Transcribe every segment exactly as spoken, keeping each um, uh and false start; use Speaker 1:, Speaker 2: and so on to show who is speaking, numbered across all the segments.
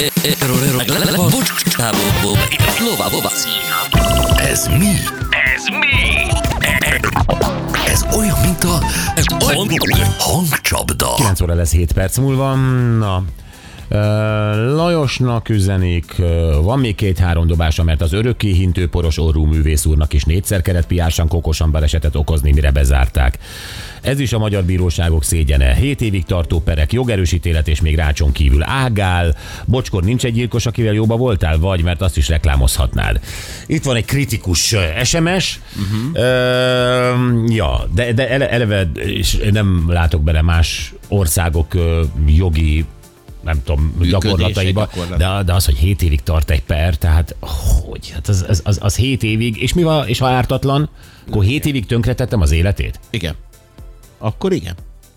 Speaker 1: Ez mi? Ez mi? Ez olyan, mint a hangcsapda.
Speaker 2: kilenc óra lesz hét perc múlva. Na, Lajosnak üzenik, van még két-három dobása, mert az örökké hintő poros orrú művész úrnak is négyszer kellett piásan, kokosan balesetet okozni, mire bezárták. Ez is a magyar bíróságok szégyene. Hét évig tartó perek, jogerős ítélet és még rácson kívül ágál. Bocskor, nincs egy gyilkos, akivel jóba voltál? Vagy, mert azt is reklámozhatnád. Itt van egy kritikus es em es. Uh-huh. Uh, ja, de, de ele, eleve és nem látok bele más országok uh, jogi nem tudom, gyakorlataiba, de, de az, hogy hét évig tart egy per, tehát hogy, hát az, az, az, az hét évig, és mi van, és ha ártatlan, akkor hét évig tönkretettem az életét?
Speaker 3: Igen. Akkor igen.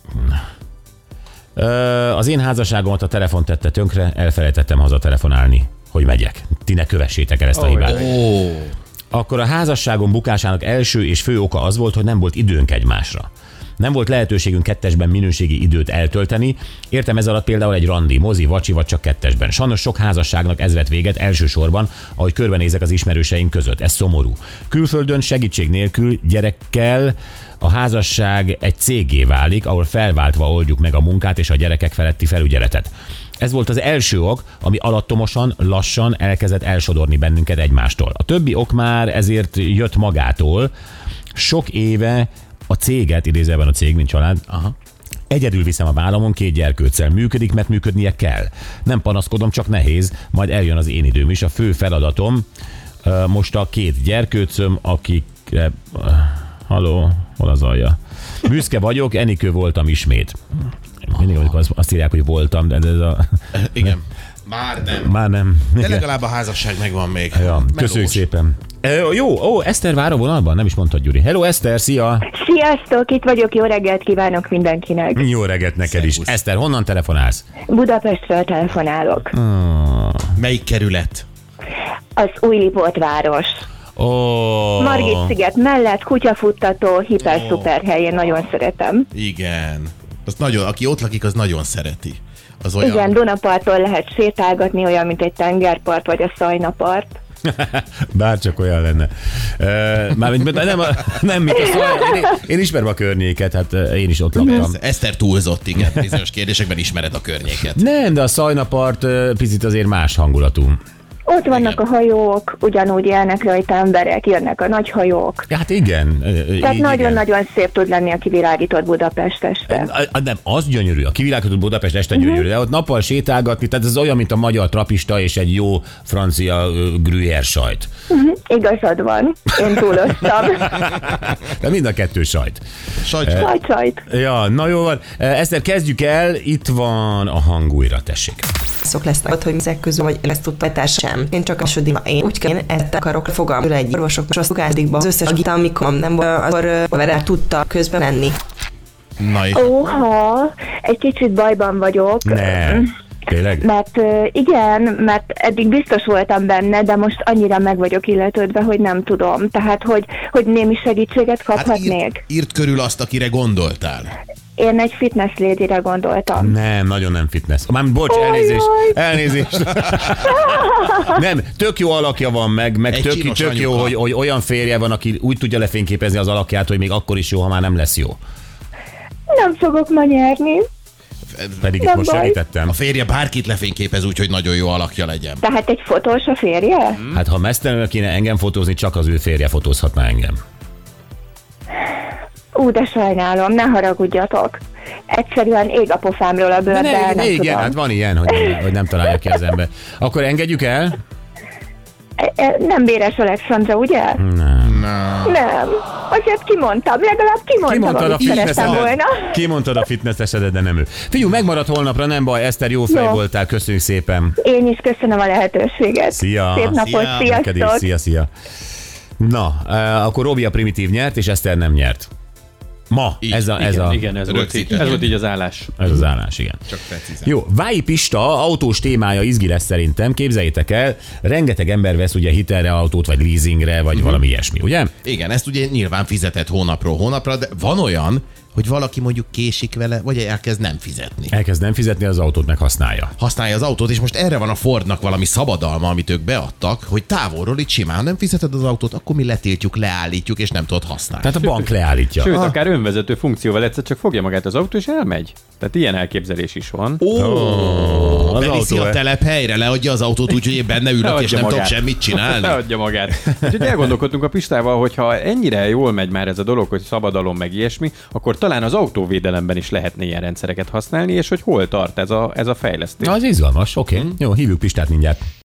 Speaker 2: Az én házasságomat a telefon tette tönkre, elfelejtettem hazatelefonálni, hogy megyek. Ti ne kövessétek el ezt a hibát.
Speaker 3: Oh.
Speaker 2: Akkor a házasságom bukásának első és fő oka az volt, hogy nem volt időnk egymásra. Nem volt lehetőségünk kettesben minőségi időt eltölteni. Értem ez alatt például egy randi, mozi, vacsi, vagy csak kettesben. Sajnos sok házasságnak ez vett véget elsősorban, ahogy körbenézek az ismerőseink között. Ez szomorú. Külföldön segítség nélkül, gyerekkel a házasság egy céggé válik, ahol felváltva oldjuk meg a munkát és a gyerekek feletti felügyeletet. Ez volt az első ok, ami alattomosan, lassan elkezdett elsodorni bennünket egymástól. A többi ok már ezért jött magától. Sok éve a céget, idézőben a cég, mint család, aha, egyedül viszem a vállamon két gyerkőccel. Működik, mert működnie kell. Nem panaszkodom, csak nehéz, majd eljön az én időm is. A fő feladatom most a két gyerkőccöm, akikre... Haló, hol az alja? Büszke vagyok, Enikő voltam ismét. Mindig, amikor azt írják, hogy voltam, de ez a...
Speaker 3: Igen. Már nem.
Speaker 2: Már nem.
Speaker 3: De legalább a házasság megvan még.
Speaker 2: Ja, köszönjük szépen. E, jó, ó, Eszter vár a vonalban? Nem is mondtad, Gyuri. Hello, Eszter, szia!
Speaker 4: Sziasztok, itt vagyok, jó reggelt kívánok mindenkinek.
Speaker 2: Jó reggelt neked is. Eszter, honnan telefonálsz?
Speaker 4: Budapestről telefonálok.
Speaker 2: Ah.
Speaker 3: Melyik kerület?
Speaker 4: Az Újlipótváros.
Speaker 2: Oh.
Speaker 4: Margit-sziget mellett, kutyafuttató, hiper-szuper oh. helyén, nagyon szeretem.
Speaker 3: Igen. Az nagyon, aki ott lakik, az nagyon szereti. Az olyan...
Speaker 4: Igen, Dunaparton lehet sétálgatni, olyan, mint egy tengerpart, vagy a Szajnapart.
Speaker 2: Bárcsak olyan lenne. Uh, Mármint nem, nem mint a Szajna. Én, én ismerem a környéket, hát én is ott laktam.
Speaker 3: Eszter túlzott, igen, bizonyos kérdésekben ismered a környéket.
Speaker 2: Nem, de a Szajnapart picit azért más hangulatú.
Speaker 4: Ott vannak igen. a hajók, ugyanúgy élnek rajta emberek, jönnek a nagy hajók.
Speaker 2: Ja, hát igen.
Speaker 4: Tehát nagyon-nagyon szép tud lenni a kivilágított Budapest este.
Speaker 2: Nem, az gyönyörű, a kivilágított Budapest este gyönyörű, uh-huh. de ott nappal sétálgatni, tehát ez olyan, mint a magyar trapista és egy jó francia gruyère sajt.
Speaker 4: Uh-huh. Igazad van, én túloztam.
Speaker 2: De mind a kettő sajt.
Speaker 3: Sajt,
Speaker 4: uh, sajt, sajt.
Speaker 2: Ja, na jó van. Eszter, kezdjük el, itt van a hang újra, tessék.
Speaker 5: Szok lesznek, hogy ezek közül, hogy ezt tudta sem. Én csak a második, én úgy kell, ezt akarok fogalmul egy orvosok, és a szugázikba az összes agita, amikor nem volt, akkor vele tudta közben menni.
Speaker 4: Óha, egy kicsit bajban vagyok.
Speaker 2: Nem. Tényleg?
Speaker 4: Mert igen, mert eddig biztos voltam benne, de most annyira meg vagyok illetődve, hogy nem tudom. Tehát, hogy, hogy némi segítséget kaphatnék.
Speaker 3: Hát írt, írt körül azt, akire gondoltál.
Speaker 4: Én egy fitness lédire gondoltam.
Speaker 2: Nem, nagyon nem fitness. Már bocs, elnézést. Elnézést. Nem, tök jó alakja van meg, meg tök, tök jó, hogy, hogy olyan férje van, aki úgy tudja lefényképezni az alakját, hogy még akkor is jó, ha már nem lesz jó.
Speaker 4: Nem fogok ma nyerni.
Speaker 2: Pedig itt most segítettem.
Speaker 3: A férje bárkit lefényképez úgy, hogy nagyon jó alakja legyen.
Speaker 4: Tehát egy fotós a férje?
Speaker 2: Hmm. Hát ha mesztelenül kéne engem fotózni, csak az ő férje fotózhatna engem.
Speaker 4: Ú, de sajnálom, ne haragudjatok. Egyszerűen ég a pofámról a bőr, de ne, nem
Speaker 2: igen,
Speaker 4: tudom.
Speaker 2: Hát van ilyen, hogy, hogy nem találja ki az ember. Akkor engedjük el?
Speaker 4: Nem Béres Alexandra, ugye?
Speaker 2: Nem.
Speaker 3: No.
Speaker 4: Nem. Azért kimondtam, legalább kimondtam,
Speaker 2: kimondtad
Speaker 4: amit szerettem volna.
Speaker 2: Kimondtad a fitnessesedet, de nem ő. Figyelj, megmaradt holnapra, nem baj, Eszter, jó fej jó. voltál, köszönjük szépen.
Speaker 4: Én is köszönöm a lehetőséget.
Speaker 2: Szia.
Speaker 4: Szép napot,
Speaker 3: Szia.
Speaker 4: sziasztok.
Speaker 2: Szia, szia. Na, akkor Robi a primitív nyert, és Eszter nem nyert. Ma,
Speaker 3: így,
Speaker 2: ez a... Ez
Speaker 6: igen,
Speaker 2: a
Speaker 6: igen, ez, volt így, ez volt így az állás.
Speaker 2: Ez az állás, igen.
Speaker 3: Csak precízen.
Speaker 2: Jó, Vályi Pista autós témája izgi lesz szerintem, képzeljétek el, rengeteg ember vesz ugye hitelre autót, vagy leasingre, vagy uh-huh. valami ilyesmi, ugye?
Speaker 3: Igen, ezt ugye nyilván fizetett hónapról hónapra, de van olyan, hogy valaki mondjuk késik vele, vagy elkezd nem fizetni.
Speaker 2: Elkezd nem fizetni, az autót meg használja.
Speaker 3: Használja az autót, és most erre van a Fordnak valami szabadalma, amit ők beadtak, hogy távolról itt simán nem fizeted az autót, akkor mi letiltjuk, leállítjuk, és nem tudod használni.
Speaker 2: Tehát a bank leállítja.
Speaker 6: Sőt,
Speaker 2: Ah.
Speaker 6: akár önvezető funkcióval egyszer csak fogja magát az autó, és elmegy. Tehát ilyen elképzelés is van.
Speaker 3: Ó,
Speaker 2: az
Speaker 3: beviszi
Speaker 2: autó-
Speaker 3: a telephelyre, leadja az autót úgy, hogy én benne ülök, és
Speaker 6: Leadja
Speaker 3: nem tudok
Speaker 6: magát.
Speaker 3: semmit csinálni.
Speaker 6: Leadja magát. Úgyhogy elgondolkodtunk a Pistával, hogy ha ennyire jól megy már ez a dolog, hogy szabadalom meg ilyesmi, akkor talán az autóvédelemben is lehetne ilyen rendszereket használni, és hogy hol tart ez a, ez a fejlesztés.
Speaker 2: Az izgalmas, oké. Okay. Jó, hívjuk Pistát mindjárt.